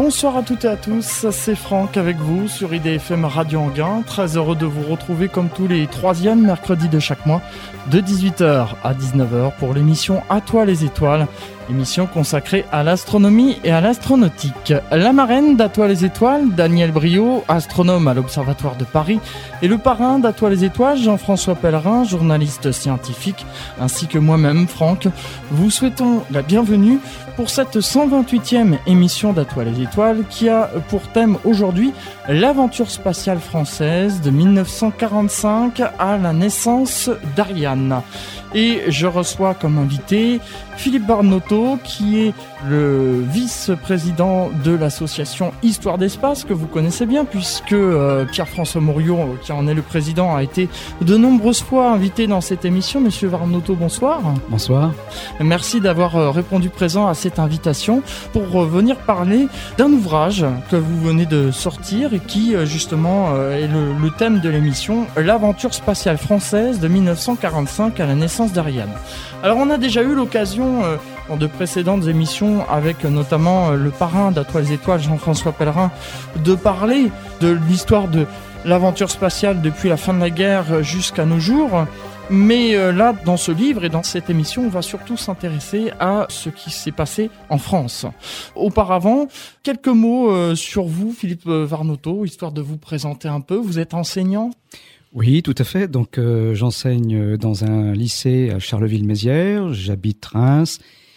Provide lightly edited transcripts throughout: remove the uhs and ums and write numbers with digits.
Bonsoir à toutes et à tous, c'est Franck avec vous sur IDFM Radio Anguin. Très heureux de vous retrouver comme tous les troisièmes mercredis de chaque mois de 18h à 19h pour l'émission À toi les étoiles, émission consacrée à l'astronomie et à l'astronautique. La marraine d'À toi les étoiles, Daniel Briot, astronome à l'Observatoire de Paris, et le parrain d'À toi les étoiles, Jean-François Pellerin, journaliste scientifique, ainsi que moi-même, Franck, vous souhaitons la bienvenue pour cette 128e émission d'À toi les étoiles qui a pour thème aujourd'hui l'aventure spatiale française de 1945 à la naissance d'Ariane. Et je reçois comme invité Philippe Barnoteau, qui est le vice-président de l'association Histoire d'Espace, que vous connaissez bien, puisque Pierre-François Mouriot, qui en est le président, a été de nombreuses fois invité dans cette émission. Monsieur Barnoteau, bonsoir. Bonsoir. Merci d'avoir répondu présent à cette invitation pour venir parler d'un ouvrage que vous venez de sortir et qui, justement, est le thème de l'émission, l'aventure spatiale française de 1945 à la naissance d'Ariane. Alors on a déjà eu l'occasion dans de précédentes émissions avec notamment le parrain d'À toi les étoiles, Jean-François Pellerin, de parler de l'histoire de l'aventure spatiale depuis la fin de la guerre jusqu'à nos jours. Mais là, dans ce livre et dans cette émission, on va surtout s'intéresser à ce qui s'est passé en France. Auparavant, quelques mots sur vous, Philippe Barnoteau, histoire de vous présenter un peu. Vous êtes enseignant ? Oui, tout à fait. Donc, j'enseigne dans un lycée à Charleville-Mézières. J'habite Reims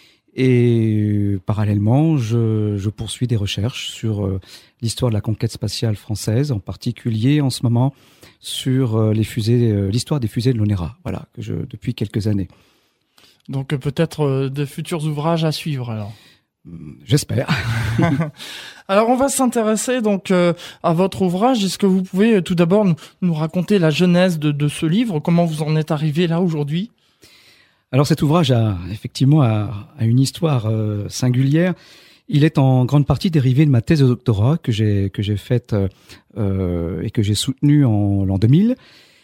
et parallèlement, je poursuis des recherches sur l'histoire de la conquête spatiale française, en particulier en ce moment sur les fusées, l'histoire des fusées de l'ONERA. Voilà, depuis quelques années. Donc peut-être de futurs ouvrages à suivre alors. J'espère. Alors on va s'intéresser donc à votre ouvrage. Est-ce que vous pouvez tout d'abord nous raconter la genèse de ce livre? Comment vous en êtes arrivé là aujourd'hui? Alors cet ouvrage a effectivement une histoire singulière. Il est en grande partie dérivé de ma thèse de doctorat que j'ai faite et que j'ai soutenue en l'an 2000.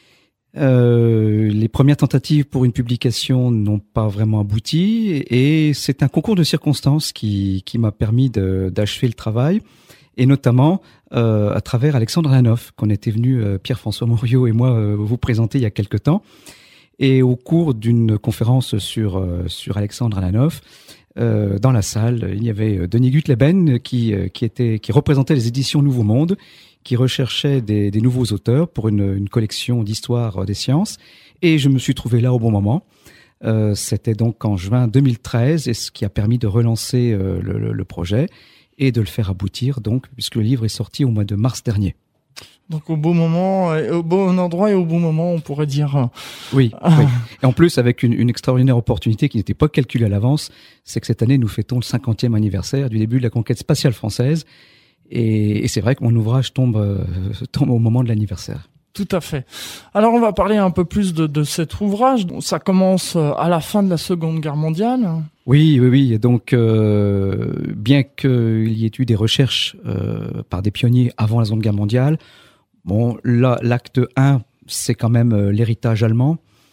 Les premières tentatives pour une publication n'ont pas vraiment abouti et c'est un concours de circonstances qui m'a permis d'achever le travail, et notamment à travers Alexandre Alanov, qu'on était venu, Pierre-François Mouriot et moi, vous présenter il y a quelque temps. Et au cours d'une conférence sur Alexandre Alanov, dans la salle, il y avait Denis Gutleben qui représentait les éditions Nouveau Monde, qui recherchait des nouveaux auteurs pour une collection d'histoire des sciences, et je me suis trouvé là au bon moment. C'était donc en juin 2013, et ce qui a permis de relancer le projet et de le faire aboutir, donc, puisque le livre est sorti au mois de mars dernier. Donc au bon moment, au bon endroit et au bon moment, on pourrait dire. Oui, oui. Et en plus, avec une extraordinaire opportunité qui n'était pas calculée à l'avance, c'est que cette année, nous fêtons le 50e anniversaire du début de la conquête spatiale française. Et c'est vrai que mon ouvrage tombe au moment de l'anniversaire. Tout à fait. Alors on va parler un peu plus de cet ouvrage. Ça commence à la fin de la Seconde Guerre mondiale. Oui. Et donc, bien qu'il y ait eu des recherches par des pionniers avant la Seconde Guerre mondiale, bon, là, l'acte 1, c'est quand même l'héritage allemand,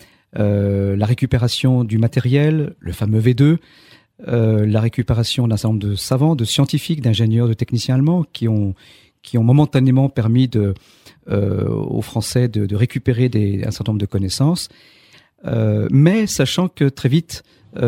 la récupération du matériel, le fameux V2, la récupération d'un certain nombre de savants, de scientifiques, d'ingénieurs, de techniciens allemands qui ont momentanément permis aux Français de récupérer un certain nombre de connaissances, mais sachant que très vite,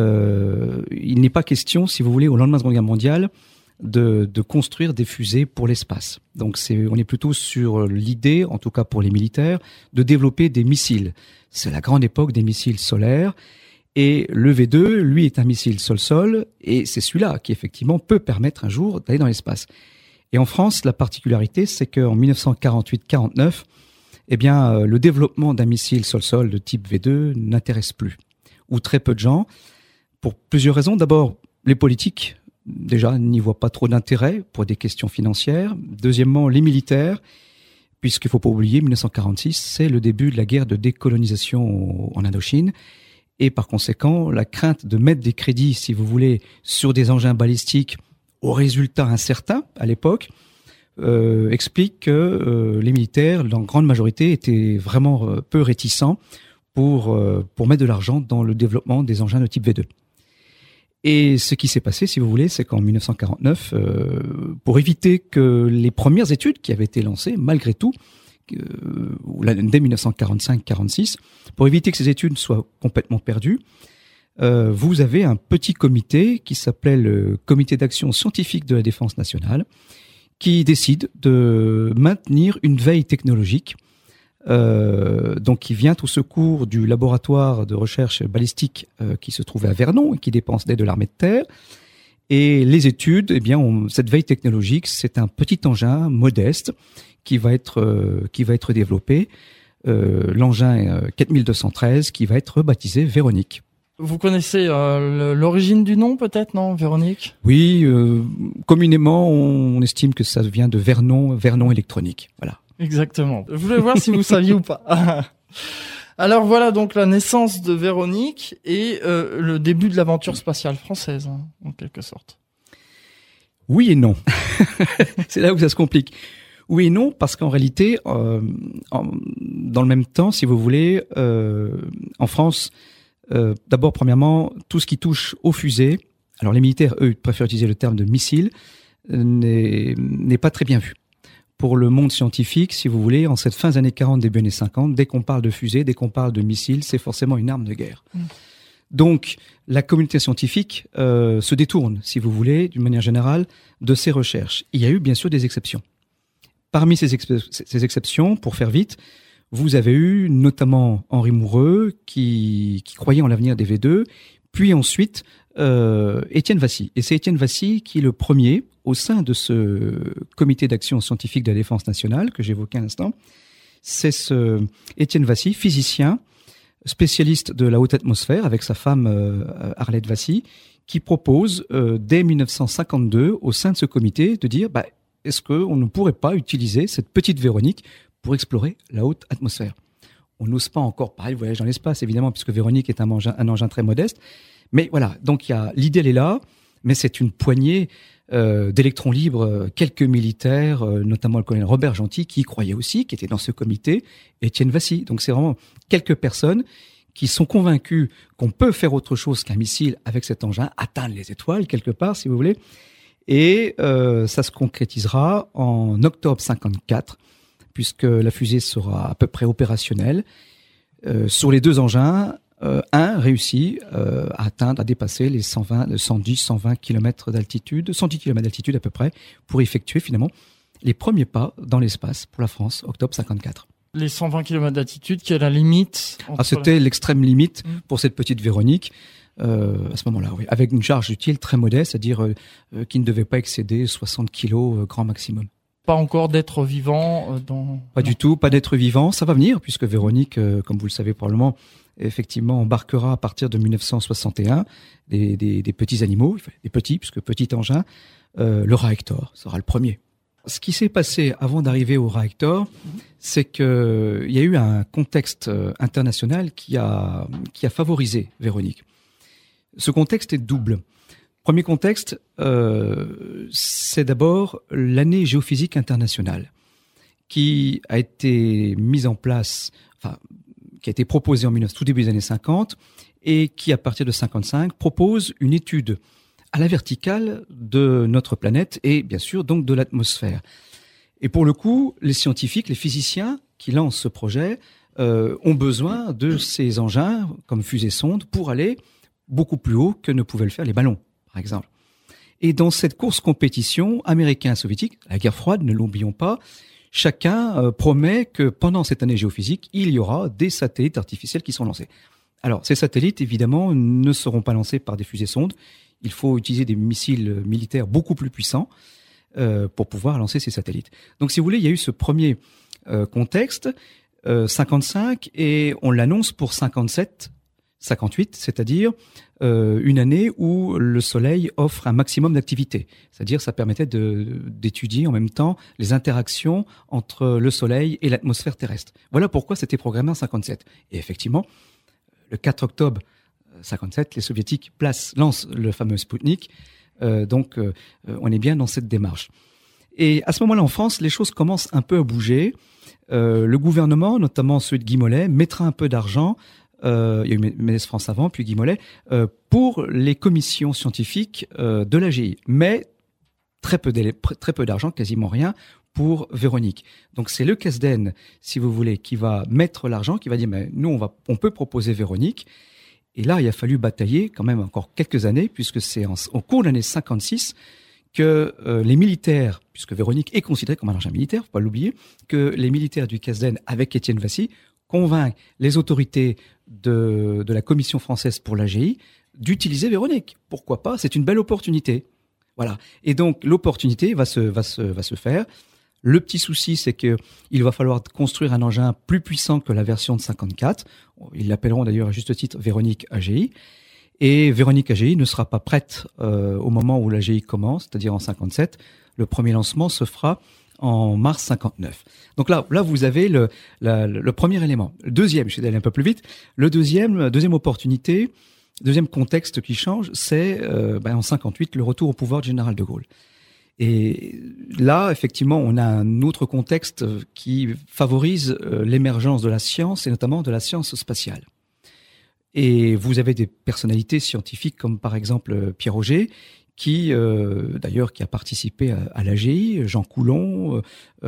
il n'est pas question, si vous voulez, au lendemain de la Seconde Guerre mondiale, de construire des fusées pour l'espace. Donc on est plutôt sur l'idée, en tout cas pour les militaires, de développer des missiles. C'est la grande époque des missiles solaires. Et le V2, lui, est un missile sol-sol, et c'est celui-là qui, effectivement, peut permettre un jour d'aller dans l'espace. Et en France, la particularité, c'est qu'en 1948-49, le développement d'un missile sol-sol de type V2 n'intéresse plus, ou très peu de gens, pour plusieurs raisons. D'abord, les politiques, déjà, n'y voient pas trop d'intérêt pour des questions financières. Deuxièmement, les militaires, puisqu'il ne faut pas oublier, 1946, c'est le début de la guerre de décolonisation en Indochine. Et par conséquent, la crainte de mettre des crédits, si vous voulez, sur des engins balistiques aux résultats incertains à l'époque, explique que les militaires, dans grande majorité, étaient vraiment peu réticents pour mettre de l'argent dans le développement des engins de type V2. Et ce qui s'est passé, si vous voulez, c'est qu'en 1949, pour éviter que les premières études qui avaient été lancées, malgré tout, dès 1945-46, pour éviter que ces études soient complètement perdues, vous avez un petit comité qui s'appelait le Comité d'action scientifique de la défense nationale, qui décide de maintenir une veille technologique, donc qui vient au secours du laboratoire de recherche balistique qui se trouvait à Vernon et qui dépendait de l'armée de terre. Et les études, eh bien, cette veille technologique, c'est un petit engin modeste qui va être développé, l'engin 4213, qui va être baptisé Véronique. Vous connaissez l'origine du nom peut-être, non, Véronique? Oui, communément, on estime que ça vient de Vernon électronique. Voilà. Exactement. Je voulais voir si vous saviez ou pas. Alors voilà donc la naissance de Véronique et le début de l'aventure spatiale française, hein, en quelque sorte. Oui et non. C'est là où ça se complique. Oui et non, parce qu'en réalité, dans le même temps, si vous voulez, en France, d'abord, premièrement, tout ce qui touche aux fusées, alors les militaires, eux, préfèrent utiliser le terme de missile, n'est pas très bien vu. Pour le monde scientifique, si vous voulez, en cette fin des années 40, début années 50, dès qu'on parle de fusée, dès qu'on parle de missile, c'est forcément une arme de guerre. Donc, la communauté scientifique se détourne, si vous voulez, d'une manière générale, de ces recherches. Il y a eu bien sûr des exceptions. Parmi ces exceptions, pour faire vite, vous avez eu notamment Henri Moureux qui croyait en l'avenir des V2, puis ensuite Étienne Vassy. Et c'est Étienne Vassy qui est le premier au sein de ce comité d'action scientifique de la défense nationale que j'évoquais à l'instant. C'est ce Étienne Vassy, physicien, spécialiste de la haute atmosphère avec sa femme Arlette Vassy, qui propose dès 1952 au sein de ce comité de dire est-ce qu'on ne pourrait pas utiliser cette petite Véronique pour explorer la haute atmosphère. On n'ose pas encore parler de voyage dans l'espace, évidemment, puisque Véronique est un engin très modeste. Mais voilà, donc l'idée, elle est là, mais c'est une poignée d'électrons libres, quelques militaires, notamment le colonel Robert Gentil, qui y croyait aussi, qui était dans ce comité, et Étienne Vassy. Donc c'est vraiment quelques personnes qui sont convaincus qu'on peut faire autre chose qu'un missile avec cet engin, atteindre les étoiles quelque part, si vous voulez. Et ça se concrétisera en octobre 54, puisque la fusée sera à peu près opérationnelle. Sur les deux engins, un réussit à dépasser les 120 km d'altitude, 110 km d'altitude à peu près, pour effectuer finalement les premiers pas dans l'espace pour la France, octobre 54. Les 120 km d'altitude, qui est la limite c'était l'extrême limite pour cette petite Véronique. À ce moment-là, oui, avec une charge utile très modeste, c'est-à-dire qui ne devait pas excéder 60 kg grand maximum. Pas encore d'être vivant Pas du tout, pas d'être vivant. Ça va venir, puisque Véronique, comme vous le savez probablement, effectivement, embarquera à partir de 1961 des petits animaux, des petits, puisque petit engin, le Raector sera le premier. Ce qui s'est passé avant d'arriver au Raector, c'est qu'il y a eu un contexte international qui a favorisé Véronique. Ce contexte est double. Premier contexte, c'est d'abord l'année géophysique internationale qui a été mise en place, qui a été proposée en tout début des années 50 et qui, à partir de 55, propose une étude à la verticale de notre planète et bien sûr donc de l'atmosphère. Et pour le coup, les scientifiques, les physiciens qui lancent ce projet ont besoin de ces engins comme fusées-sondes pour aller beaucoup plus haut que ne pouvaient le faire les ballons, par exemple. Et dans cette course-compétition, Américains et Soviétiques, la guerre froide, ne l'oublions pas, chacun promet que pendant cette année géophysique, il y aura des satellites artificiels qui sont lancés. Alors, ces satellites, évidemment, ne seront pas lancés par des fusées-sondes. Il faut utiliser des missiles militaires beaucoup plus puissants pour pouvoir lancer ces satellites. Donc, si vous voulez, il y a eu ce premier contexte, 55, et on l'annonce pour 57, 58, c'est-à-dire une année où le Soleil offre un maximum d'activité. C'est-à-dire ça permettait d'étudier en même temps les interactions entre le Soleil et l'atmosphère terrestre. Voilà pourquoi c'était programmé en 57. Et effectivement, le 4 octobre 57, les Soviétiques lancent le fameux Spoutnik. Donc on est bien dans cette démarche. Et à ce moment-là, en France, les choses commencent un peu à bouger. Le gouvernement, notamment celui de Guy Mollet, mettra un peu d'argent il y a eu Ménès France avant, puis Guy Mollet, pour les commissions scientifiques de l'AGI. Mais très peu d'argent, quasiment rien, pour Véronique. Donc c'est le CASDEN, si vous voulez, qui va mettre l'argent, qui va dire, mais nous, on peut proposer Véronique. Et là, il a fallu batailler quand même encore quelques années, puisque c'est au cours de l'année 56 que les militaires, puisque Véronique est considérée comme un engin militaire, faut pas l'oublier, que les militaires du CASDEN, avec Étienne Vassy, convainquent les autorités de la Commission française pour l'AGI d'utiliser Véronique. Pourquoi pas? C'est une belle opportunité. Voilà. Et donc, l'opportunité va se faire. Le petit souci, c'est que il va falloir construire un engin plus puissant que la version de 54. Ils l'appelleront d'ailleurs à juste titre Véronique AGI. Et Véronique AGI ne sera pas prête au moment où l'AGI commence, c'est-à-dire en 57. Le premier lancement se fera en mars 59. Donc là, vous avez le premier élément. Le deuxième, je vais aller un peu plus vite. Deuxième opportunité, deuxième contexte qui change, c'est en 58 le retour au pouvoir du général de Gaulle. Et là, effectivement, on a un autre contexte qui favorise l'émergence de la science et notamment de la science spatiale. Et vous avez des personnalités scientifiques comme par exemple Pierre Auger, qui d'ailleurs qui a participé à l'AGI, Jean Coulon,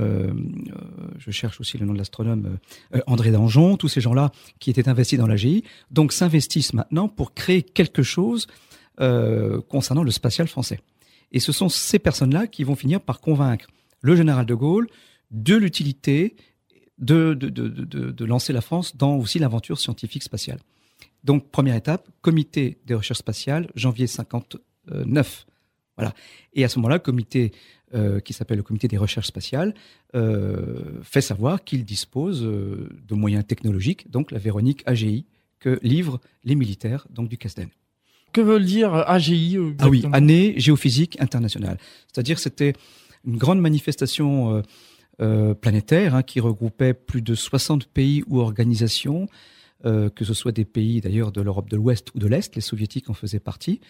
je cherche aussi le nom de l'astronome, André Danjon, tous ces gens-là qui étaient investis dans l'AGI, donc s'investissent maintenant pour créer quelque chose concernant le spatial français. Et ce sont ces personnes-là qui vont finir par convaincre le général de Gaulle de l'utilité de lancer la France dans aussi l'aventure scientifique spatiale. Donc, première étape, comité des recherches spatiales, janvier 59. Voilà. Et à ce moment-là, comité qui s'appelle le comité des recherches spatiales fait savoir qu'il dispose de moyens technologiques, donc la Véronique AGI, que livrent les militaires donc du CASDEN. Que veut dire AGI exactement ? Ah oui, Année géophysique internationale. C'est-à-dire c'était une grande manifestation planétaire qui regroupait plus de 60 pays ou organisations, que ce soit des pays d'ailleurs de l'Europe de l'Ouest ou de l'Est, les soviétiques en faisaient partie,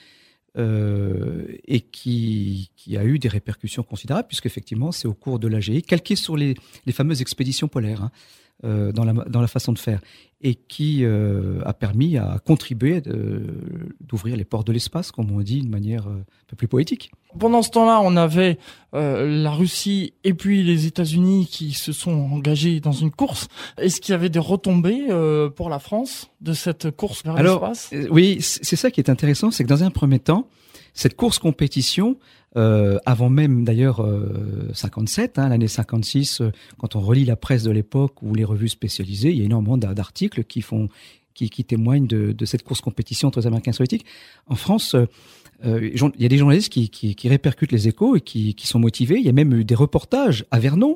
et qui a eu des répercussions considérables, puisqu'effectivement c'est au cours de l'AGI, calqué sur les fameuses expéditions polaires, dans la façon de faire, et qui a permis à contribuer d'ouvrir les portes de l'espace, comme on dit, d'une manière un peu plus poétique. Pendant ce temps-là, on avait la Russie et puis les États-Unis qui se sont engagés dans une course. Est-ce qu'il y avait des retombées pour la France de cette course vers l'espace ? Oui, c'est ça qui est intéressant, c'est que dans un premier temps, cette course-compétition, avant même d'ailleurs 57, l'année 56, quand on relit la presse de l'époque ou les revues spécialisées, il y a énormément d'articles qui témoignent de cette course-compétition entre les Américains et les Soviétiques. En France, il y a des journalistes qui répercutent les échos et qui sont motivés. Il y a même eu des reportages à Vernon.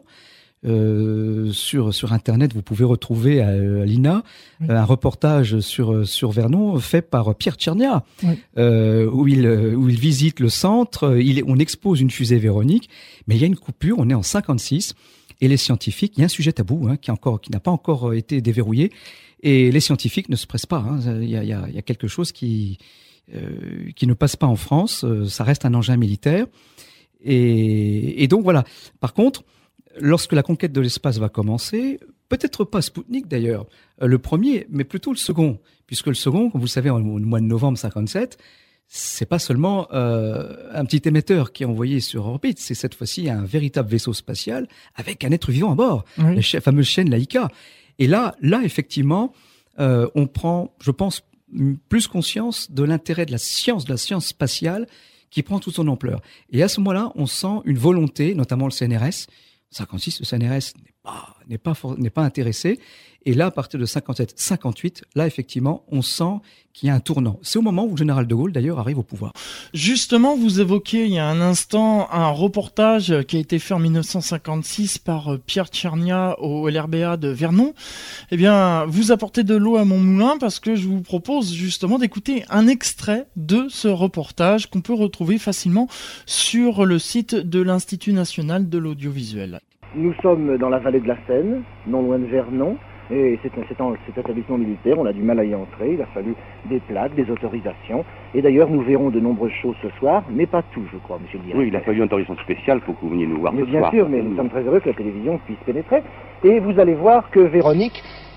Sur Internet, vous pouvez retrouver à l'INA un reportage sur Vernon fait par Pierre Tchernia, où il visite le centre. On expose une fusée Véronique, mais il y a une coupure. On est en 56 et les scientifiques, il y a un sujet tabou qui n'a pas encore été déverrouillé, et les scientifiques ne se pressent pas. Il y a quelque chose qui ne passe pas en France. Ça reste un engin militaire, et donc voilà. Par contre, lorsque la conquête de l'espace va commencer, peut-être pas Spoutnik d'ailleurs, le premier, mais plutôt le second, puisque le second, comme vous le savez, au mois de novembre 57, c'est pas seulement un petit émetteur qui est envoyé sur orbite, c'est cette fois-ci un véritable vaisseau spatial avec un être vivant à bord, la fameuse chaîne Laika. Et là, effectivement, on prend, je pense, plus conscience de l'intérêt de la science spatiale qui prend toute son ampleur. Et à ce moment-là, on sent une volonté, notamment le CNRS. 56, le CNRS n'est pas intéressé. Et là, à partir de 57, 58, là, effectivement, on sent qu'il y a un tournant. C'est au moment où le général de Gaulle, d'ailleurs, arrive au pouvoir. Justement, vous évoquiez il y a un instant un reportage qui a été fait en 1956 par Pierre Tchernia au LRBA de Vernon. Eh bien, vous apportez de l'eau à mon moulin parce que je vous propose justement d'écouter un extrait de ce reportage qu'on peut retrouver facilement sur le site de l'Institut national de l'audiovisuel. Nous sommes dans la vallée de la Seine, non loin de Vernon, et c'est cet établissement militaire, on a du mal à y entrer, il a fallu des plaques, des autorisations, et d'ailleurs nous verrons de nombreuses choses ce soir, mais pas tout, je crois, monsieur le directeur. Oui, il a fallu une autorisation spéciale pour que vous veniez nous voir ce soir. Bien sûr, mais nous sommes très heureux que la télévision puisse pénétrer, et vous allez voir que Véronique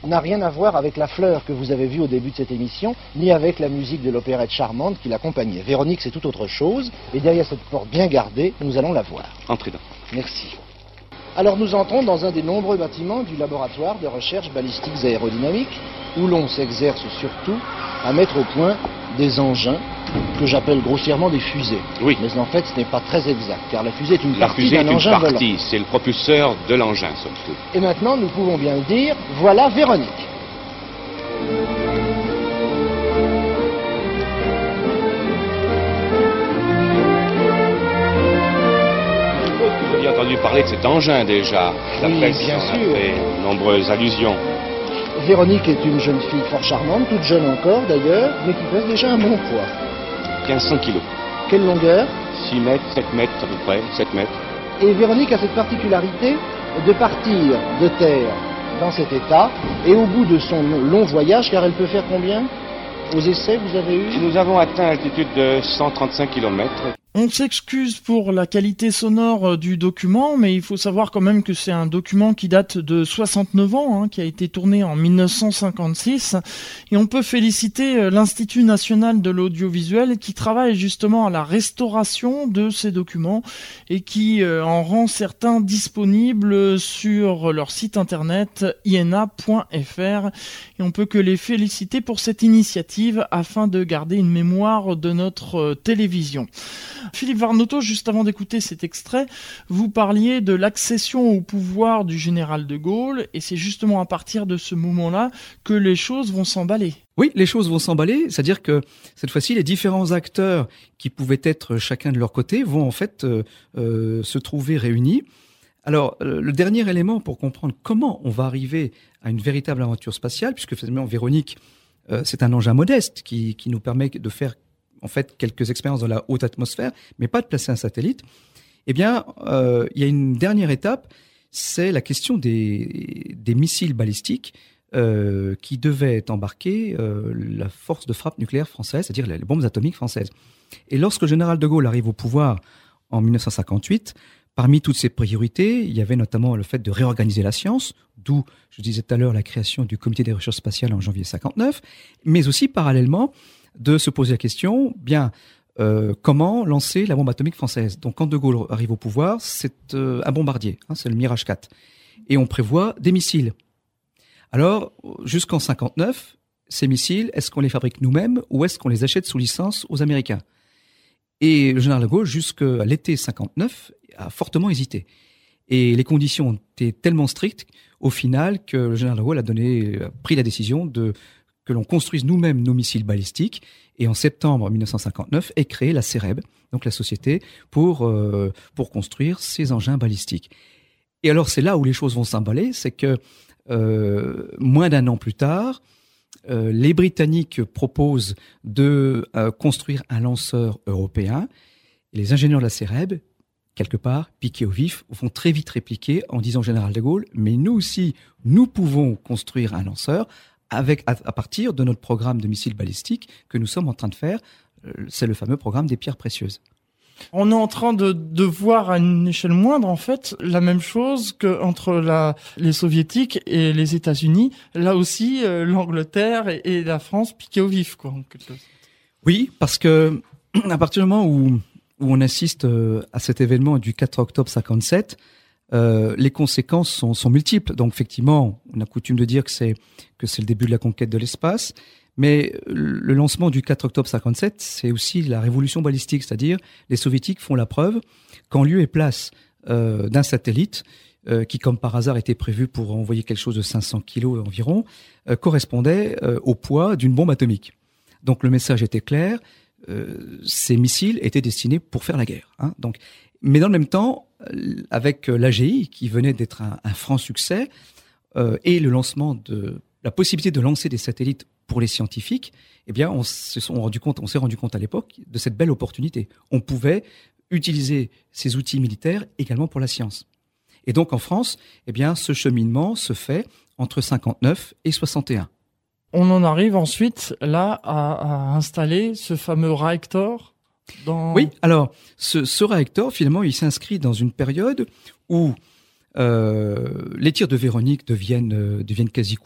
n'a rien à voir avec la fleur que vous avez vue au début de cette émission, ni avec la musique de l'opérette charmante qui l'accompagnait. Véronique, c'est tout autre chose, et derrière cette porte bien gardée, nous allons la voir. Entrez donc. Merci. Alors nous entrons dans un des nombreux bâtiments du laboratoire de recherche balistiques aérodynamiques, où l'on s'exerce surtout à mettre au point des engins que j'appelle grossièrement des fusées. Oui. Mais en fait, ce n'est pas très exact, car la fusée est une La partie fusée est d'un une engin volant. partie, c'est le propulseur de l'engin, somme toute. Et maintenant, nous pouvons bien le dire, voilà Véronique. Vous avez entendu parler de cet engin déjà. La Oui, presse bien en a sûr. fait nombreuses allusions. Véronique est une jeune fille fort charmante, toute jeune encore d'ailleurs, mais qui pèse déjà un bon poids. 1500 kilos. Quelle longueur? 6 mètres, 7 mètres à peu près, 7 mètres. Et Véronique a cette particularité de partir de terre dans cet état, et au bout de son long voyage, car elle peut faire combien? Aux essais, vous avez eu? Nous avons atteint l'altitude de 135 km. On s'excuse pour la qualité sonore du document, mais il faut savoir quand même que c'est un document qui date de 69 ans, qui a été tourné en 1956. Et on peut féliciter l'Institut national de l'audiovisuel qui travaille justement à la restauration de ces documents et qui en rend certains disponibles sur leur site internet ina.fr. Et on peut que les féliciter pour cette initiative afin de garder une mémoire de notre télévision. Philippe Varnoto, juste avant d'écouter cet extrait, vous parliez de l'accession au pouvoir du général de Gaulle, et c'est justement à partir de ce moment-là que les choses vont s'emballer. Oui, les choses vont s'emballer, c'est-à-dire que cette fois-ci, les différents acteurs qui pouvaient être chacun de leur côté vont en fait se trouver réunis. Alors, le dernier élément pour comprendre comment on va arriver à une véritable aventure spatiale, puisque finalement Véronique, c'est un engin modeste qui nous permet de faire en fait quelques expériences dans la haute atmosphère, mais pas de placer un satellite. Eh bien, il y a une dernière étape, c'est la question des missiles balistiques qui devaient embarquer la force de frappe nucléaire française, c'est-à-dire les bombes atomiques françaises. Et lorsque le général de Gaulle arrive au pouvoir en 1958, parmi toutes ses priorités, il y avait notamment le fait de réorganiser la science, d'où, je disais tout à l'heure, la création du comité des recherches spatiales en janvier 59, mais aussi parallèlement de se poser la question, comment lancer la bombe atomique française. Donc quand de Gaulle arrive au pouvoir, c'est un bombardier, c'est le Mirage 4. Et on prévoit des missiles. Alors, jusqu'en 59, ces missiles, est-ce qu'on les fabrique nous-mêmes ou est-ce qu'on les achète sous licence aux Américains? Et le général de Gaulle, jusqu'à l'été 59, a fortement hésité. Et les conditions ont été tellement strictes, au final, que le général de Gaulle a pris la décision que l'on construise nous-mêmes nos missiles balistiques. Et en septembre 1959 est créée la CEREB, donc la société pour construire ces engins balistiques. Et alors c'est là où les choses vont s'emballer, c'est que moins d'un an plus tard, les Britanniques proposent de construire un lanceur européen. Et les ingénieurs de la CEREB, quelque part, piqués au vif, vont très vite répliquer en disant au général de Gaulle, mais nous aussi, nous pouvons construire un lanceur à partir de notre programme de missiles balistiques que nous sommes en train de faire. C'est le fameux programme des pierres précieuses. On est en train de voir à une échelle moindre, en fait, la même chose qu'entre les soviétiques et les États-Unis. Là aussi, l'Angleterre et la France piquées au vif, quoi, en quelque sorte. Oui, parce que à partir du moment où on assiste à cet événement du 4 octobre 57, les conséquences sont multiples. Donc effectivement, on a coutume de dire que c'est le début de la conquête de l'espace, mais le lancement du 4 octobre 57, c'est aussi la révolution balistique, c'est-à-dire les soviétiques font la preuve qu'en lieu et place d'un satellite qui, comme par hasard, était prévu pour envoyer quelque chose de 500 kilos environ, correspondait au poids d'une bombe atomique. Donc le message était clair, ces missiles étaient destinés pour faire la guerre. Donc, mais dans le même temps, avec l'AGI, qui venait d'être un franc succès, et le lancement la possibilité de lancer des satellites pour les scientifiques, eh bien, on s'est rendu compte à l'époque de cette belle opportunité. On pouvait utiliser ces outils militaires également pour la science. Et donc, en France, eh bien, ce cheminement se fait entre 59 et 61. On en arrive ensuite, là, à installer ce fameux réacteur dans... Oui, alors, ce réacteur, finalement, il s'inscrit dans une période où les tirs de Véronique deviennent quasi courants.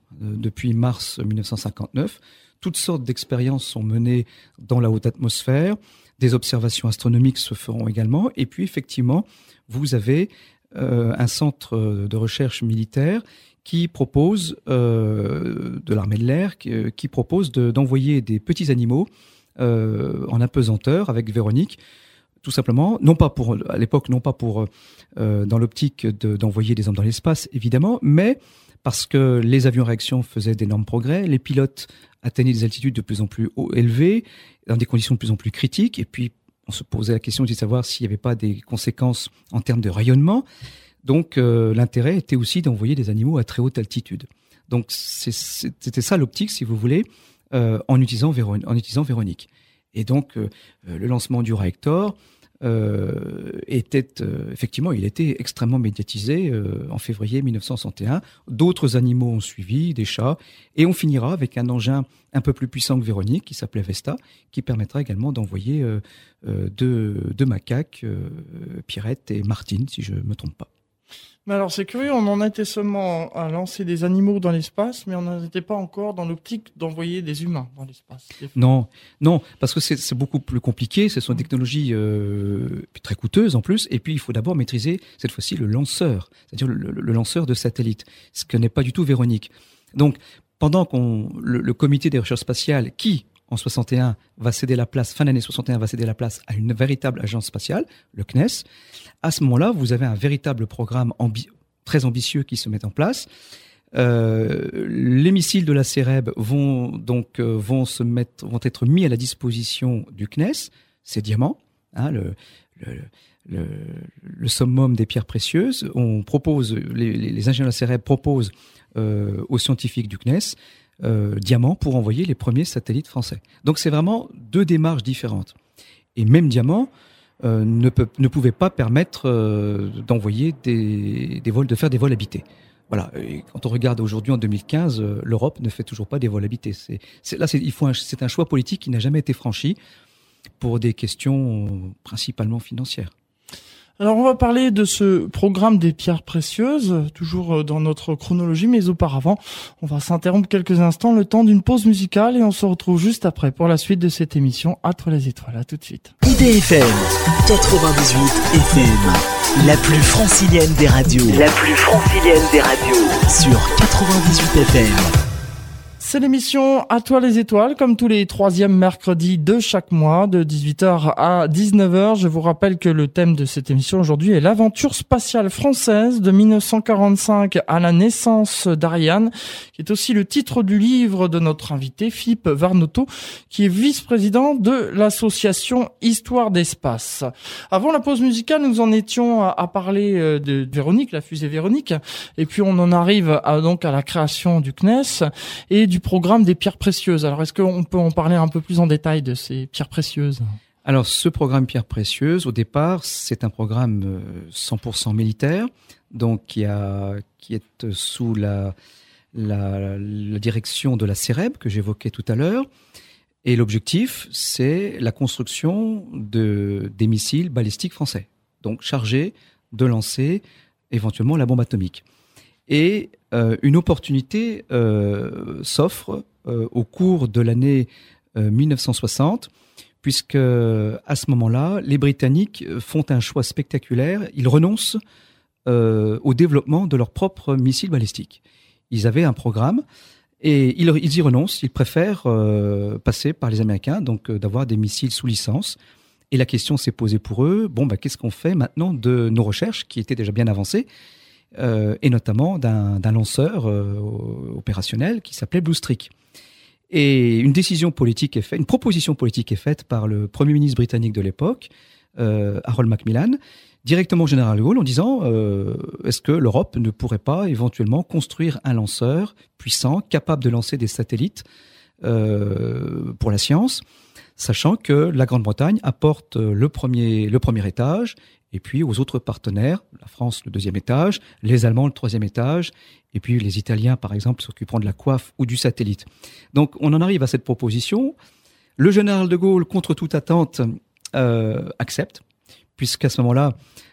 depuis mars 1959. Toutes sortes d'expériences sont menées dans la haute atmosphère. Des observations astronomiques se feront également. Et puis, effectivement, vous avez un centre de recherche militaire qui propose, de l'armée de l'air, qui propose d'envoyer des petits animaux en apesanteur avec Véronique, tout simplement, à l'époque, non pas pour dans l'optique d'envoyer des hommes dans l'espace, évidemment, mais parce que les avions réaction faisaient d'énormes progrès, les pilotes atteignaient des altitudes de plus en plus élevées, dans des conditions de plus en plus critiques, et puis on se posait la question de savoir s'il n'y avait pas des conséquences en termes de rayonnement. Donc l'intérêt était aussi d'envoyer des animaux à très haute altitude. Donc c'était ça l'optique, si vous voulez, en utilisant Véronique. Et donc le lancement du Hector était effectivement, il était extrêmement médiatisé en février 1961. D'autres animaux ont suivi, des chats, et on finira avec un engin un peu plus puissant que Véronique, qui s'appelait Vesta, qui permettra également d'envoyer deux macaques, Pierrette et Martine, si je me trompe pas. Mais alors c'est curieux, on en était seulement à lancer des animaux dans l'espace, mais on n'en était pas encore dans l'optique d'envoyer des humains dans l'espace. Non, parce que c'est beaucoup plus compliqué, ce sont des technologies très coûteuses en plus, et puis il faut d'abord maîtriser cette fois-ci le lanceur, c'est-à-dire le lanceur de satellite, ce que n'est pas du tout Véronique. Donc pendant le comité des recherches spatiales, qui en 61 va céder la place, fin d'année 61 va céder la place à une véritable agence spatiale, le CNES. À ce moment-là, vous avez un véritable programme très ambitieux qui se met en place. Les missiles de la CEREB vont être mis à la disposition du CNES, ces diamants, hein, le summum des pierres précieuses. On propose, les ingénieurs de la CEREB proposent aux scientifiques du CNES Diamant pour envoyer les premiers satellites français. Donc c'est vraiment deux démarches différentes. Et même Diamant ne pouvait pas permettre d'envoyer des vols, de faire des vols habités. Voilà. Et quand on regarde aujourd'hui en 2015, l'Europe ne fait toujours pas des vols habités. C'est un choix politique qui n'a jamais été franchi pour des questions principalement financières. Alors on va parler de ce programme des pierres précieuses, toujours dans notre chronologie, mais auparavant, on va s'interrompre quelques instants, le temps d'une pause musicale, et on se retrouve juste après pour la suite de cette émission À toi les étoiles. À tout de suite. IDFM 98 FM, la plus francilienne des radios. La plus francilienne des radios sur 98 FM. C'est l'émission À toi les étoiles, comme tous les troisièmes mercredis de chaque mois, de 18h à 19h. Je vous rappelle que le thème de cette émission aujourd'hui est l'aventure spatiale française de 1945 à la naissance d'Ariane, qui est aussi le titre du livre de notre invité, Philippe Varnoteau, qui est vice-président de l'association Histoire d'Espace. Avant la pause musicale, nous en étions à parler de Véronique, la fusée Véronique, et puis on en arrive donc à la création du CNES et du programme des pierres précieuses. Alors, est-ce qu'on peut en parler un peu plus en détail de ces pierres précieuses ? Alors, ce programme pierres précieuses, au départ, c'est un programme 100% militaire, donc qui est sous la direction de la CEREB que j'évoquais tout à l'heure. Et l'objectif, c'est la construction des missiles balistiques français, donc chargés de lancer éventuellement la bombe atomique. Et une opportunité s'offre au cours de l'année 1960, puisque à ce moment-là, les Britanniques font un choix spectaculaire. Ils renoncent au développement de leurs propres missiles balistiques. Ils avaient un programme et ils y renoncent. Ils préfèrent passer par les Américains, donc d'avoir des missiles sous licence. Et la question s'est posée pour eux, qu'est-ce qu'on fait maintenant de nos recherches qui étaient déjà bien avancées, et notamment d'un lanceur opérationnel qui s'appelait Blue Streak. Et une proposition politique est faite par le Premier ministre britannique de l'époque, Harold Macmillan, directement au général de Gaulle, en disant est-ce que l'Europe ne pourrait pas éventuellement construire un lanceur puissant, capable de lancer des satellites pour la science, sachant que la Grande-Bretagne apporte le premier étage, et puis aux autres partenaires, la France le deuxième étage, les Allemands le troisième étage, et puis les Italiens, par exemple, s'occuperont de la coiffe ou du satellite. Donc on en arrive à cette proposition. Le général de Gaulle, contre toute attente, accepte, puisqu'à ce moment-là,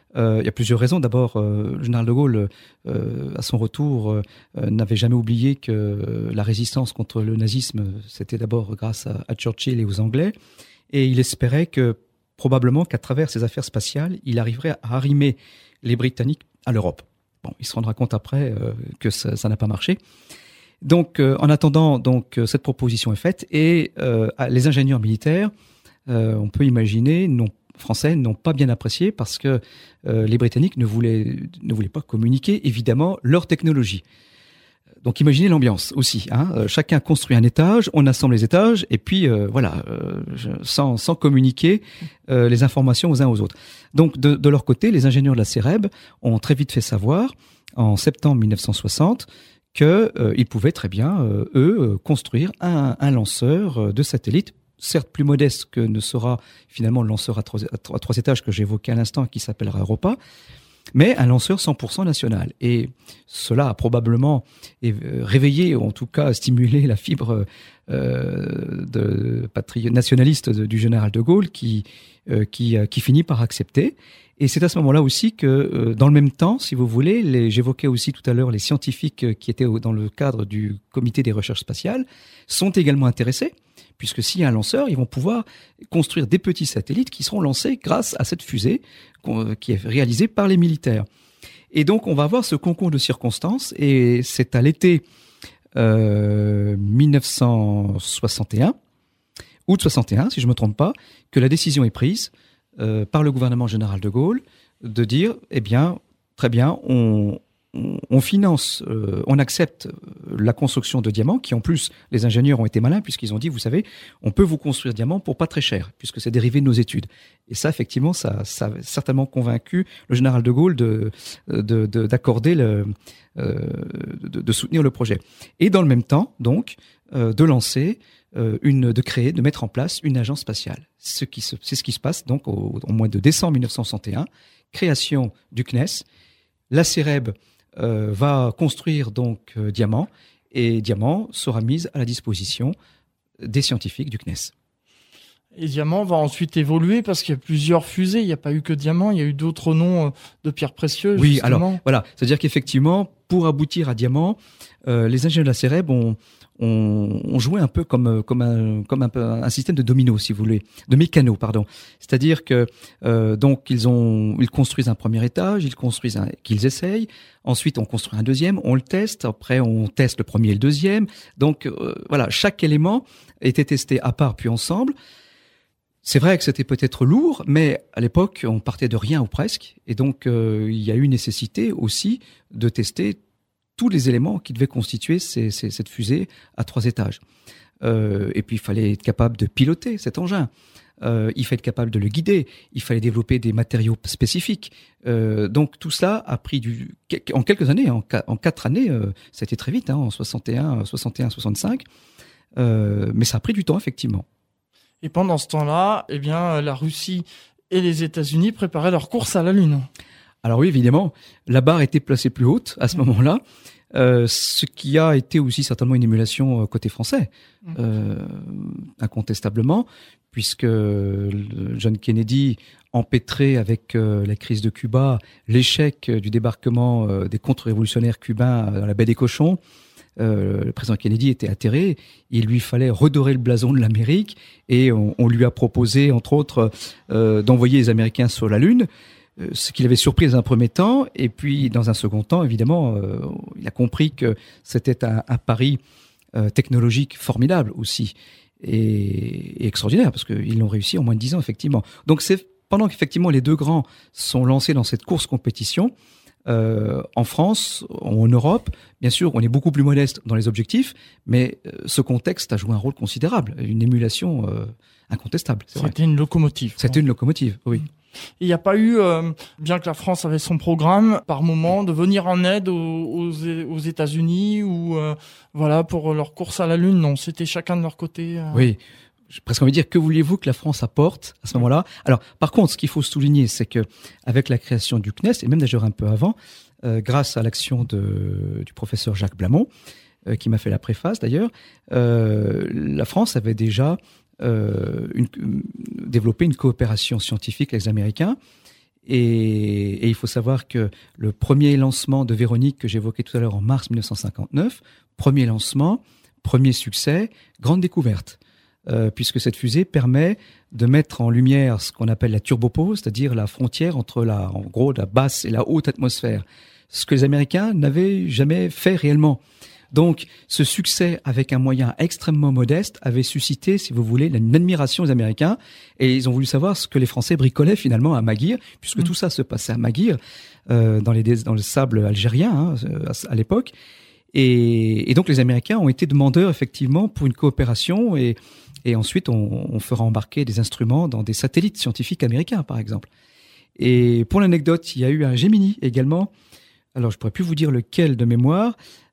Il y a plusieurs raisons. D'abord, le général de Gaulle, à son retour, n'avait jamais oublié que la résistance contre le nazisme, c'était d'abord grâce à Churchill et aux Anglais. Et il espérait probablement qu'à travers ses affaires spatiales, il arriverait à arrimer les Britanniques à l'Europe. Bon, il se rendra compte après que ça n'a pas marché. Donc, en attendant, cette proposition est faite et les ingénieurs militaires, on peut imaginer, français, n'ont pas bien apprécié parce que les Britanniques ne voulaient pas communiquer, évidemment, leur technologie. Donc, imaginez l'ambiance aussi. Chacun construit un étage, on assemble les étages, et puis sans communiquer les informations aux uns aux autres. Donc, de leur côté, les ingénieurs de la CEREB ont très vite fait savoir, en septembre 1960, qu'ils pouvaient très bien, construire un lanceur de satellites, certes plus modeste que ne sera finalement le lanceur à trois étages que j'évoquais à l'instant, qui s'appellera Europa, mais un lanceur 100% national. Et cela a probablement réveillé, ou en tout cas stimulé la fibre nationaliste du général de Gaulle, qui finit par accepter. Et c'est à ce moment-là aussi que, dans le même temps, si vous voulez, j'évoquais aussi tout à l'heure les scientifiques qui étaient dans le cadre du comité des recherches spatiales, sont également intéressés, puisque s'il y a un lanceur, ils vont pouvoir construire des petits satellites qui seront lancés grâce à cette fusée qui est réalisée par les militaires. Et donc, on va avoir ce concours de circonstances, et c'est à l'été 1961, août 61, si je ne me trompe pas, que la décision est prise par le gouvernement général de Gaulle de dire, eh bien, très bien, on finance, on accepte la construction de Diamant, qui en plus, les ingénieurs ont été malins puisqu'ils ont dit, vous savez, on peut vous construire Diamant pour pas très cher, puisque c'est dérivé de nos études. Et ça, effectivement, ça a certainement convaincu le général de Gaulle d'accorder de soutenir le projet. Et dans le même temps, donc, de mettre en place une agence spatiale. C'est ce qui se passe donc au mois de décembre 1961, création du CNES. La CEREB va construire donc Diamant, et Diamant sera mise à la disposition des scientifiques du CNES. Et Diamant va ensuite évoluer parce qu'il y a plusieurs fusées. Il n'y a pas eu que Diamant, il y a eu d'autres noms de pierres précieuses. Oui, justement. Alors voilà, c'est-à-dire qu'effectivement, pour aboutir à Diamant, les ingénieurs de la CEREB ont joué un peu comme un système de domino, si vous voulez, de mécano, pardon. C'est-à-dire que donc ils construisent un premier étage, qu'ils essayent. Ensuite, on construit un deuxième, on le teste. Après, on teste le premier et le deuxième. Donc voilà, chaque élément était testé à part puis ensemble. C'est vrai que c'était peut-être lourd, mais à l'époque, on partait de rien ou presque. Et donc, il y a eu nécessité aussi de tester tous les éléments qui devaient constituer cette fusée à 3 étages. Et puis, il fallait être capable de piloter cet engin. Il fallait être capable de le guider. Il fallait développer des matériaux spécifiques. Donc, tout cela a pris en quelques années, en 4 années, ça a été très vite, en 61, 65. Mais ça a pris du temps, effectivement. Et pendant ce temps-là, eh bien, la Russie et les États-Unis préparaient leur course à la Lune. Alors oui, évidemment, la barre était placée plus haute à ce moment-là, ce qui a été aussi certainement une émulation côté français, incontestablement, puisque John Kennedy, empêtré avec la crise de Cuba, l'échec du débarquement des contre-révolutionnaires cubains dans la baie des Cochons, le président Kennedy était atterré, il lui fallait redorer le blason de l'Amérique et on lui a proposé, entre autres, d'envoyer les Américains sur la Lune, ce qu'il avait surpris dans un premier temps, et puis dans un second temps, évidemment, il a compris que c'était un pari technologique formidable aussi, et extraordinaire, parce qu'ils l'ont réussi en moins de 10 ans, effectivement. Donc c'est pendant qu'effectivement les deux grands sont lancés dans cette course-compétition, en France, en Europe, bien sûr, on est beaucoup plus modeste dans les objectifs, mais ce contexte a joué un rôle considérable, une émulation incontestable. C'était une locomotive. C'était une locomotive, oui. Il n'y a pas eu, bien que la France avait son programme, par moment, de venir en aide aux États-Unis ou voilà pour leur course à la Lune. Non, c'était chacun de leur côté. Oui. J'ai presque envie de dire, que vouliez-vous que la France apporte à ce moment-là? Alors, par contre, ce qu'il faut souligner, c'est que avec la création du CNES, et même d'ailleurs un peu avant, grâce à l'action du professeur Jacques Blamont, qui m'a fait la préface d'ailleurs, la France avait déjà développé une coopération scientifique avec les Américains, Et il faut savoir que le premier lancement de Véronique que j'évoquais tout à l'heure en mars 1959, premier lancement, premier succès, grande découverte, puisque cette fusée permet de mettre en lumière ce qu'on appelle la turbopause, c'est-à-dire la frontière entre en gros la basse et la haute atmosphère, ce que les Américains n'avaient jamais fait réellement. Donc, ce succès avec un moyen extrêmement modeste avait suscité, si vous voulez, une admiration des Américains, et ils ont voulu savoir ce que les Français bricolaient finalement à Maguire, puisque tout ça se passait à Maguire, dans le sable algérien à l'époque. Et donc, les Américains ont été demandeurs effectivement pour une coopération, et ensuite on fera embarquer des instruments dans des satellites scientifiques américains, par exemple. Et pour l'anecdote, il y a eu un Gemini également. Alors, je pourrais plus vous dire lequel de mémoire.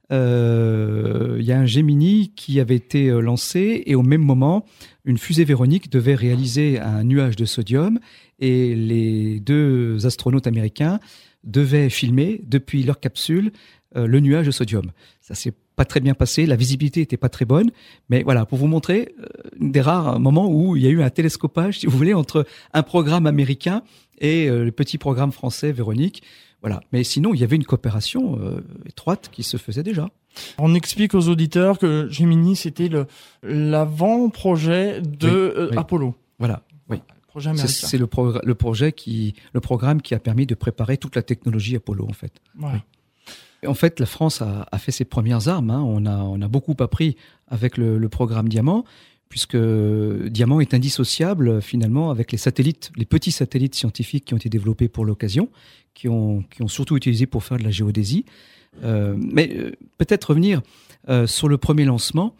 Il y a un Gemini qui avait été lancé et au même moment, une fusée Véronique devait réaliser un nuage de sodium et les deux astronautes américains devaient filmer depuis leur capsule le nuage de sodium. Ça s'est pas très bien passé, la visibilité était pas très bonne, mais voilà, pour vous montrer des rares moments où il y a eu un télescopage, si vous voulez, entre un programme américain et le petit programme français Véronique. Voilà. Mais sinon, il y avait une coopération étroite qui se faisait déjà. On explique aux auditeurs que Gemini, c'était l'avant-projet de oui. Apollo. Voilà, oui. Projet américain. C'est le programme qui a permis de préparer toute la technologie Apollo, en fait. Voilà. Oui. En fait, la France a fait ses premières armes. On a beaucoup appris avec le programme Diamant, puisque Diamant est indissociable finalement avec les satellites, les petits satellites scientifiques qui ont été développés pour l'occasion, qui ont surtout utilisé pour faire de la géodésie. Mais peut-être revenir sur le premier lancement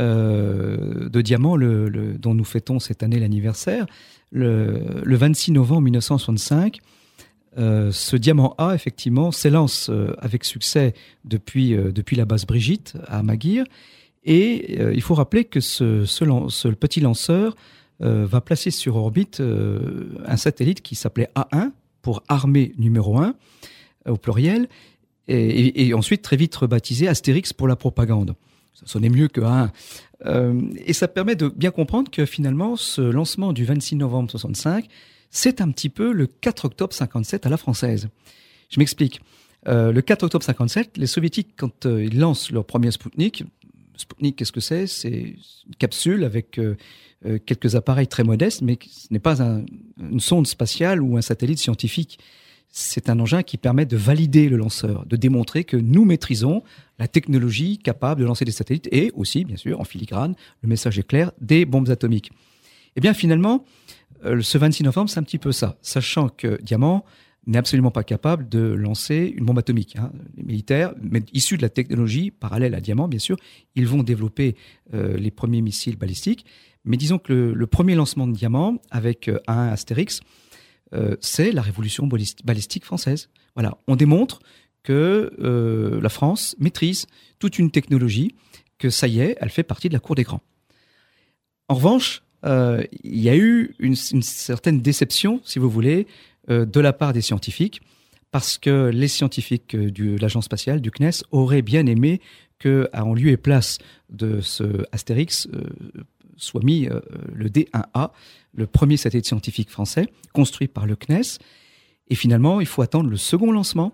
de Diamant, dont nous fêtons cette année l'anniversaire, le 26 novembre 1965. Ce Diamant A, effectivement, s'élance avec succès depuis la base Brigitte à Maguire. Et il faut rappeler que ce petit lanceur va placer sur orbite un satellite qui s'appelait A1 pour armée numéro 1 au pluriel, et ensuite très vite rebaptisé Astérix pour la propagande. Ça sonnait mieux que A1. Et ça permet de bien comprendre que finalement ce lancement du 26 novembre 65, c'est un petit peu le 4 octobre 57 à la française. Je m'explique. Le 4 octobre 57, les Soviétiques, quand ils lancent leur premier Spoutnik, qu'est-ce que c'est ? C'est une capsule avec quelques appareils très modestes, mais ce n'est pas une sonde spatiale ou un satellite scientifique. C'est un engin qui permet de valider le lanceur, de démontrer que nous maîtrisons la technologie capable de lancer des satellites et aussi, bien sûr, en filigrane, le message est clair, des bombes atomiques. Eh bien, finalement, ce 26 novembre, c'est un petit peu ça, sachant que Diamant n'est absolument pas capable de lancer une bombe atomique. Les militaires, mais issus de la technologie parallèle à Diamant, bien sûr, ils vont développer les premiers missiles balistiques. Mais disons que le premier lancement de Diamant, avec un Astérix, c'est la révolution balistique française. Voilà, on démontre que la France maîtrise toute une technologie, que ça y est, elle fait partie de la cour des grands. En revanche, il y a eu une certaine déception, si vous voulez, de la part des scientifiques, parce que les scientifiques de l'agence spatiale, du CNES, auraient bien aimé qu'en lieu et place de ce Astérix soit mis le D1A, le premier satellite scientifique français, construit par le CNES. Et finalement, il faut attendre le second lancement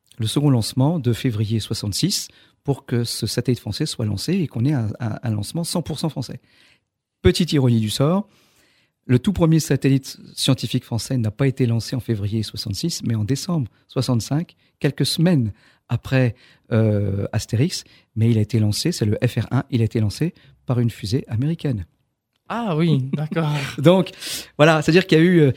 de février 66, pour que ce satellite français soit lancé et qu'on ait un lancement 100% français. Petite ironie du sort, le tout premier satellite scientifique français n'a pas été lancé en février 66, mais en décembre 65, quelques semaines après Astérix, mais il a été lancé, c'est le FR1, il a été lancé par une fusée américaine. Ah oui, d'accord. Donc, voilà, c'est-à-dire qu'il y a eu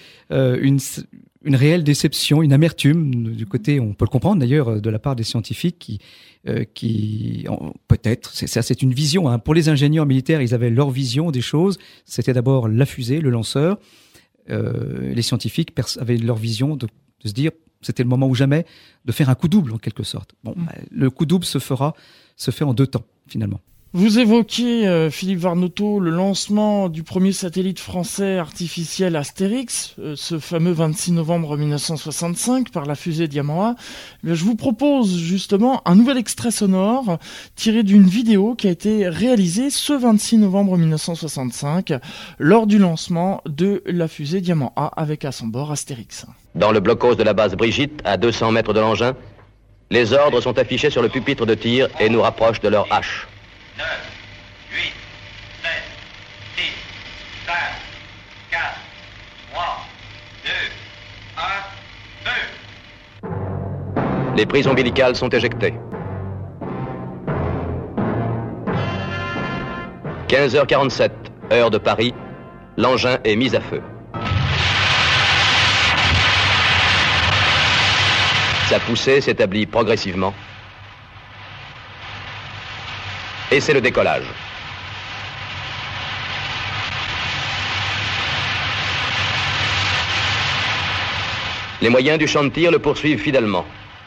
une réelle déception, une amertume du côté, on peut le comprendre d'ailleurs, de la part des scientifiques qui peut-être, c'est une vision. Pour les ingénieurs militaires, ils avaient leur vision des choses. C'était d'abord la fusée, le lanceur. Les scientifiques avaient leur vision de se dire, c'était le moment ou jamais, de faire un coup double en quelque sorte. Bon, le coup double se fait en 2 temps finalement. Vous évoquiez, Philippe Varnoto, le lancement du premier satellite français artificiel Astérix, ce fameux 26 novembre 1965 par la fusée Diamant A. Je vous propose justement un nouvel extrait sonore tiré d'une vidéo qui a été réalisée ce 26 novembre 1965 lors du lancement de la fusée Diamant A avec à son bord Astérix. Dans le blocos de la base Brigitte, à 200 mètres de l'engin, les ordres sont affichés sur le pupitre de tir et nous rapprochent de leur hache. 9, 8, 7, 6, 5, 4, 3, 2, 1, feu. Les prises ombilicales sont éjectées. 15h47, heure de Paris, l'engin est mis à feu. Sa poussée s'établit progressivement. Et c'est le décollage. Les moyens du champ de tir le poursuivent fidèlement.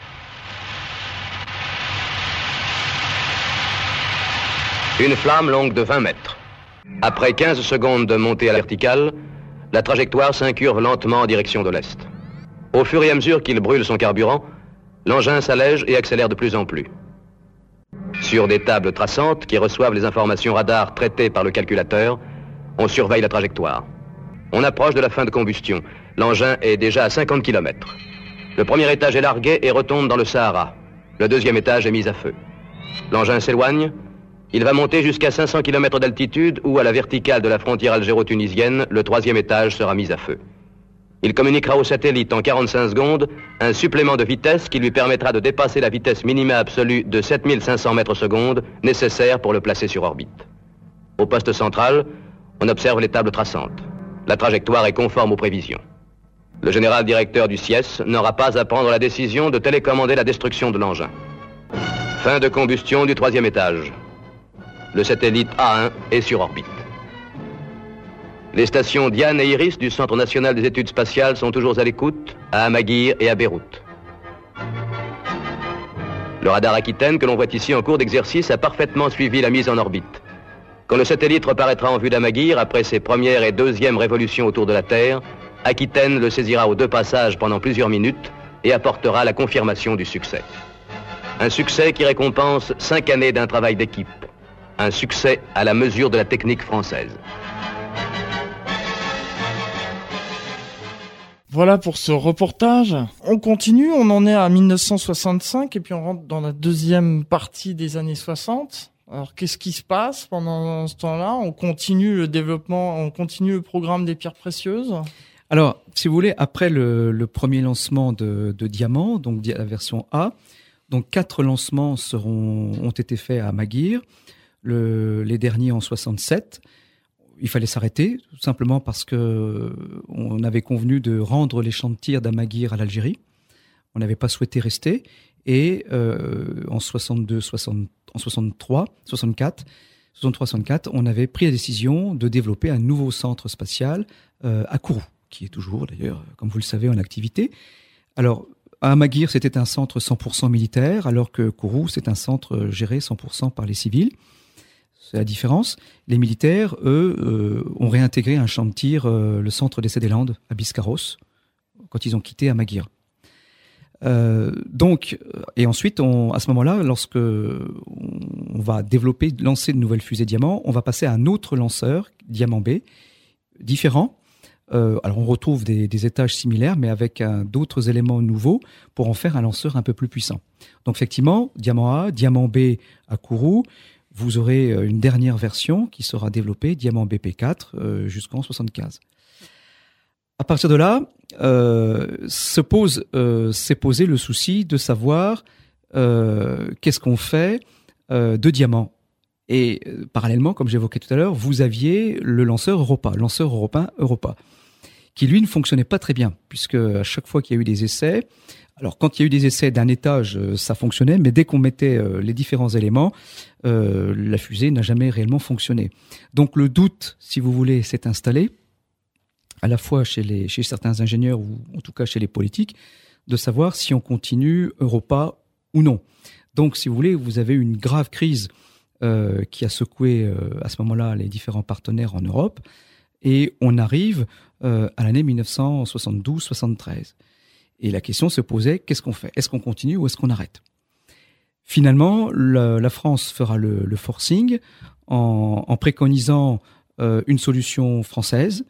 Une flamme longue de 20 mètres. Après 15 secondes de montée à la verticale, la trajectoire s'incurve lentement en direction de l'est. Au fur et à mesure qu'il brûle son carburant, l'engin s'allège et accélère de plus en plus. Sur des tables traçantes qui reçoivent les informations radar traitées par le calculateur, on surveille la trajectoire. On approche de la fin de combustion. L'engin est déjà à 50 km. Le premier étage est largué et retombe dans le Sahara. Le deuxième étage est mis à feu. L'engin s'éloigne. Il va monter jusqu'à 500 km d'altitude où, à la verticale de la frontière algéro-tunisienne, le troisième étage sera mis à feu. Il communiquera au satellite en 45 secondes un supplément de vitesse qui lui permettra de dépasser la vitesse minima absolue de 7500 mètres secondes nécessaire pour le placer sur orbite. Au poste central, on observe les tables traçantes. La trajectoire est conforme aux prévisions. Le général directeur du CIES n'aura pas à prendre la décision de télécommander la destruction de l'engin. Fin de combustion du troisième étage. Le satellite A1 est sur orbite. Les stations Diane et Iris du Centre national des études spatiales sont toujours à l'écoute, à Amaguir et à Beyrouth. Le radar Aquitaine que l'on voit ici en cours d'exercice a parfaitement suivi la mise en orbite. Quand le satellite reparaîtra en vue d'Amaguir, après ses premières et deuxièmes révolutions autour de la Terre, Aquitaine le saisira aux deux passages pendant plusieurs minutes et apportera la confirmation du succès. Un succès qui récompense 5 années d'un travail d'équipe. Un succès à la mesure de la technique française. Voilà pour ce reportage. On continue, on en est à 1965 et puis on rentre dans la deuxième partie des années 60. Alors qu'est-ce qui se passe pendant ce temps-là ? On continue le développement, on continue le programme des pierres précieuses ? Alors, si vous voulez, après le premier lancement de Diamant, donc la version A, donc 4 lancements ont été faits à Amaguir, les derniers en 67. Il fallait s'arrêter, tout simplement parce que on avait convenu de rendre les champs de tir d'Amaguir à l'Algérie. On n'avait pas souhaité rester. Et en 63, 64, on avait pris la décision de développer un nouveau centre spatial à Kourou, qui est toujours, d'ailleurs, comme vous le savez, en activité. Alors, à Amaguir, c'était un centre 100% militaire, alors que Kourou, c'est un centre géré 100% par les civils. C'est la différence. Les militaires, eux, ont réintégré un champ de tir, le centre d'essai des Landes, à Biscarrosse, quand ils ont quitté Amaguir. Et ensuite, à ce moment-là, lorsque on va lancer de nouvelles fusées Diamant, on va passer à un autre lanceur, Diamant B, différent. Alors on retrouve des étages similaires, mais avec d'autres éléments nouveaux pour en faire un lanceur un peu plus puissant. Donc effectivement, Diamant A, Diamant B à Kourou, vous aurez une dernière version qui sera développée, Diamant BP4, jusqu'en 75. À partir de là, s'est posé le souci de savoir qu'est-ce qu'on fait de Diamant. Et parallèlement, comme j'évoquais tout à l'heure, vous aviez le lanceur européen Europa, qui lui ne fonctionnait pas très bien, puisque à chaque fois qu'il y a eu des essais, alors quand il y a eu des essais d'un étage, ça fonctionnait, mais dès qu'on mettait les différents éléments, la fusée n'a jamais réellement fonctionné. Donc le doute, si vous voulez, s'est installé, à la fois chez certains ingénieurs ou en tout cas chez les politiques, de savoir si on continue Europa ou non. Donc si vous voulez, vous avez une grave crise qui a secoué à ce moment-là les différents partenaires en Europe, et on arrive à l'année 1972-73. Et la question se posait, qu'est-ce qu'on fait ? Est-ce qu'on continue ou est-ce qu'on arrête ? Finalement, la France fera le forcing en préconisant une solution française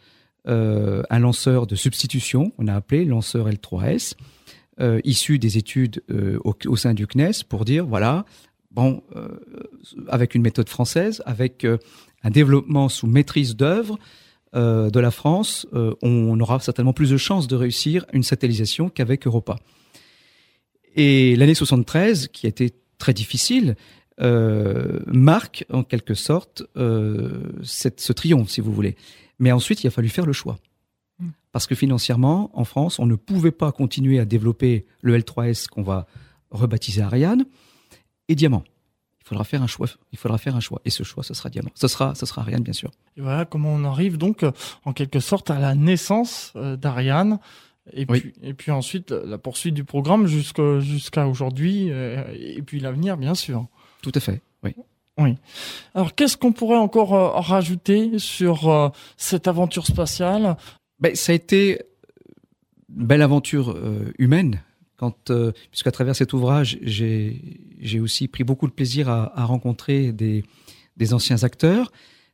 un lanceur de substitution, on a appelé lanceur L3S, issu des études au sein du CNES, pour dire, voilà, avec une méthode française, avec un développement sous maîtrise d'œuvre de la France, on aura certainement plus de chances de réussir une satellisation qu'avec Europa. Et l'année 73, qui a été très difficile, marque en quelque sorte ce triomphe, si vous voulez. Mais ensuite, il a fallu faire le choix. Parce que financièrement, en France, on ne pouvait pas continuer à développer le L3S qu'on va rebaptiser Ariane et Diamant. Il faudra faire un choix. Et ce choix, ce sera Diamant. Ce sera Ariane, bien sûr. Et voilà comment on arrive donc, en quelque sorte, à la naissance d'Ariane. Et puis ensuite, la poursuite du programme jusqu'à aujourd'hui, et puis l'avenir, bien sûr. Tout à fait, oui. Oui. Alors, qu'est-ce qu'on pourrait encore rajouter sur cette aventure spatiale ? Ça a été une belle aventure humaine. Puisqu'à travers cet ouvrage, j'ai aussi pris beaucoup de plaisir à rencontrer des anciens acteurs.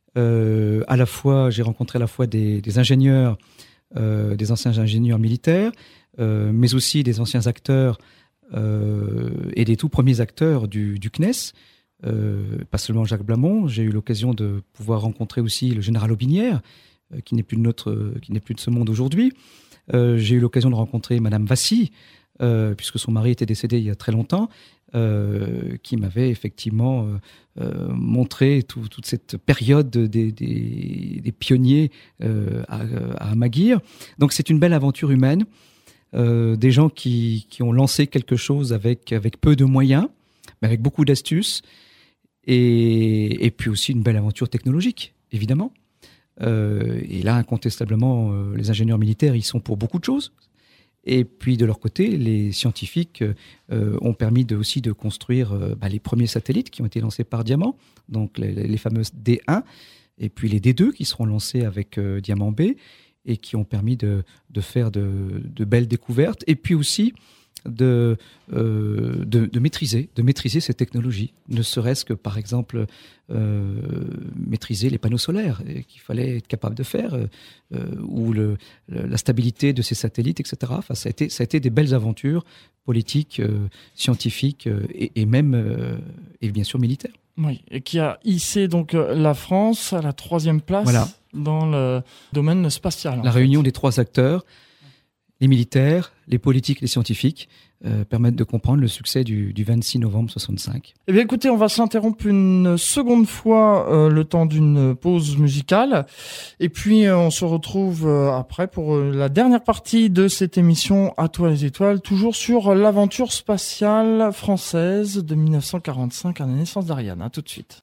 J'ai rencontré à la fois des ingénieurs, des anciens ingénieurs militaires, mais aussi des anciens acteurs et des tout premiers acteurs du CNES. Pas seulement Jacques Blamont, j'ai eu l'occasion de pouvoir rencontrer aussi le général Aubinière, qui n'est plus de ce monde aujourd'hui. J'ai eu l'occasion de rencontrer Madame Vassy, puisque son mari était décédé il y a très longtemps, qui m'avait effectivement montré toute cette période des pionniers à Maguire. Donc c'est une belle aventure humaine, des gens qui ont lancé quelque chose avec peu de moyens, mais avec beaucoup d'astuces, et puis aussi une belle aventure technologique, évidemment. Et là, incontestablement, les ingénieurs militaires, ils sont pour beaucoup de choses. Et puis, de leur côté, les scientifiques ont permis aussi de construire les premiers satellites qui ont été lancés par Diamant, donc les fameuses D1, et puis les D2 qui seront lancés avec Diamant B, et qui ont permis de faire de belles découvertes, et puis aussi de maîtriser ces technologies, ne serait-ce que par exemple maîtriser les panneaux solaires qu'il fallait être capable de faire, ou la stabilité de ces satellites, etc. Enfin, ça a été des belles aventures politiques, scientifiques et même et bien sûr militaires. Oui, et qui a hissé donc la France à la 3e place dans le domaine spatial. La réunion des 3 acteurs, les militaires, les politiques, les scientifiques, permettent de comprendre le succès du 26 novembre 65. Eh bien écoutez, on va s'interrompre une seconde fois le temps d'une pause musicale. Et puis on se retrouve après pour la dernière partie de cette émission À toi les étoiles, toujours sur l'aventure spatiale française de 1945 à la naissance d'Ariane. À tout de suite.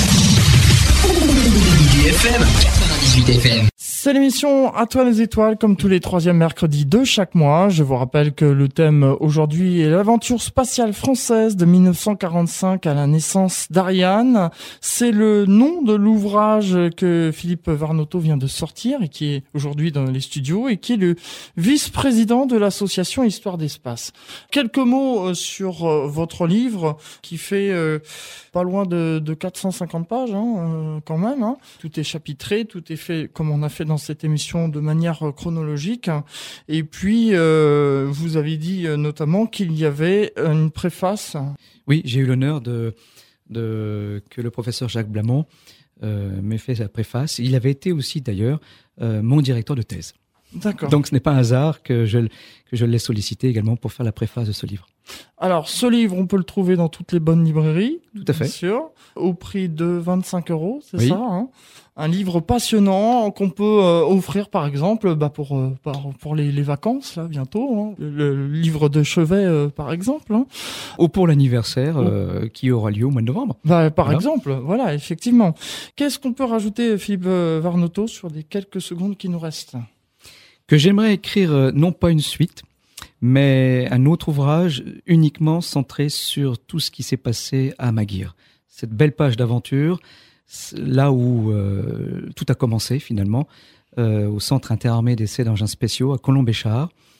C'est l'émission À toi les étoiles, comme tous les 3e mercredis de chaque mois. Je vous rappelle que le thème aujourd'hui est l'aventure spatiale française de 1945 à la naissance d'Ariane. C'est le nom de l'ouvrage que Philippe Varnoto vient de sortir et qui est aujourd'hui dans les studios et qui est le vice-président de l'association Histoire d'Espace. Quelques mots sur votre livre qui fait pas loin de 450 pages quand même. Tout est chapitré, tout est fait comme on a fait dans cette émission de manière chronologique. Et puis, vous avez dit notamment qu'il y avait une préface. Oui, j'ai eu l'honneur que le professeur Jacques Blamont m'ait fait sa préface. Il avait été aussi d'ailleurs mon directeur de thèse. D'accord. Donc ce n'est pas un hasard que je l'ai sollicité également pour faire la préface de ce livre. Alors, ce livre, on peut le trouver dans toutes les bonnes librairies. Tout à fait. Bien sûr. Au prix de 25 €, c'est oui. ça, Un livre passionnant qu'on peut offrir, par exemple, pour les vacances, là, bientôt. Le livre de chevet, par exemple. Ou pour l'anniversaire qui aura lieu au mois de novembre. Par exemple, voilà, effectivement. Qu'est-ce qu'on peut rajouter, Philippe Varnoto, sur les quelques secondes qui nous restent ? Que j'aimerais écrire, non pas une suite, mais un autre ouvrage uniquement centré sur tout ce qui s'est passé à Maguire. Cette belle page d'aventure, là où tout a commencé finalement, au Centre interarmé d'essais d'engins spéciaux à Colombéchard,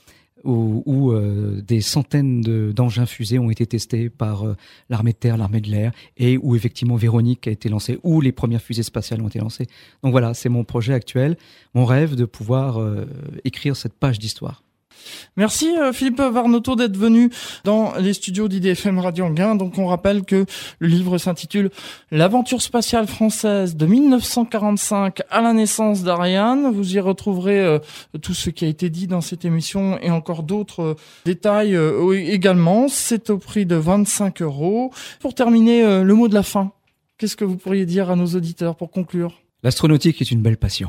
où des centaines d'engins fusées ont été testés par l'armée de terre, l'armée de l'air, et où effectivement Véronique a été lancée, où les premières fusées spatiales ont été lancées. Donc voilà, c'est mon projet actuel, mon rêve de pouvoir écrire cette page d'histoire. Merci Philippe Varnoto d'être venu dans les studios d'IDFM Radio Anguin. Donc on rappelle que le livre s'intitule L'aventure spatiale française de 1945 à la naissance d'Ariane. Vous y retrouverez tout ce qui a été dit dans cette émission et encore d'autres détails également. C'est au prix de 25 €. Pour terminer, le mot de la fin. Qu'est-ce que vous pourriez dire à nos auditeurs pour conclure ? L'astronautique est une belle passion.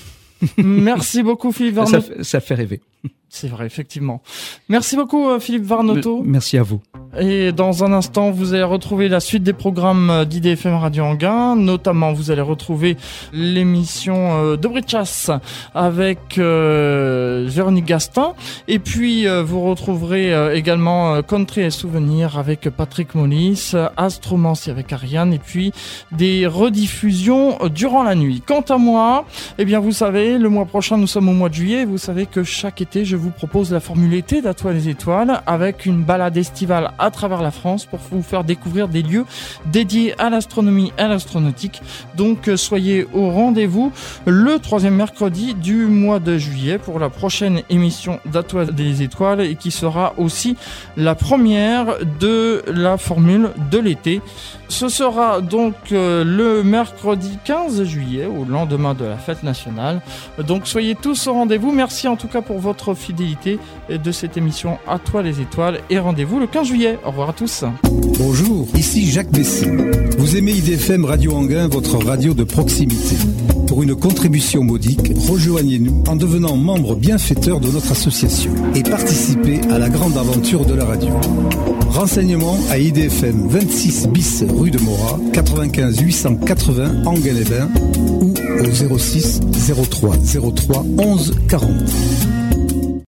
Merci beaucoup Philippe Varnoto. Ça fait rêver. C'est vrai, effectivement. Merci beaucoup Philippe Varnoto. Merci à vous. Et dans un instant, vous allez retrouver la suite des programmes d'IDFM Radio Anguin. Notamment, vous allez retrouver l'émission de Britchass avec Véronique Gastin. Et puis, vous retrouverez également Country et Souvenirs avec Patrick Molis, Astromancie avec Ariane, et puis des rediffusions durant la nuit. Quant à moi, eh bien, vous savez, le mois prochain, nous sommes au mois de juillet. Vous savez que chaque été, je vous propose la formule été d'À toi les étoiles avec une balade estivale à travers la France pour vous faire découvrir des lieux dédiés à l'astronomie et à l'astronautique. Donc soyez au rendez-vous le 3e mercredi du mois de juillet pour la prochaine émission d'À toi les étoiles et qui sera aussi la première de la formule de l'été. Ce sera donc le mercredi 15 juillet, au lendemain de la fête nationale. Donc soyez tous au rendez-vous. Merci en tout cas pour votre fidélité de cette émission À toi les étoiles et rendez-vous le 15 juillet. Au revoir à tous. Bonjour, ici Jacques Bessy. Vous aimez IDFM Radio Anguin, votre radio de proximité. Pour une contribution modique, rejoignez-nous en devenant membre bienfaiteur de notre association et participez à la grande aventure de la radio. Renseignements à IDFM 26 bis rue de Morat, 95 880 Anguin-les-Bains ou au 06 03 03 11 40.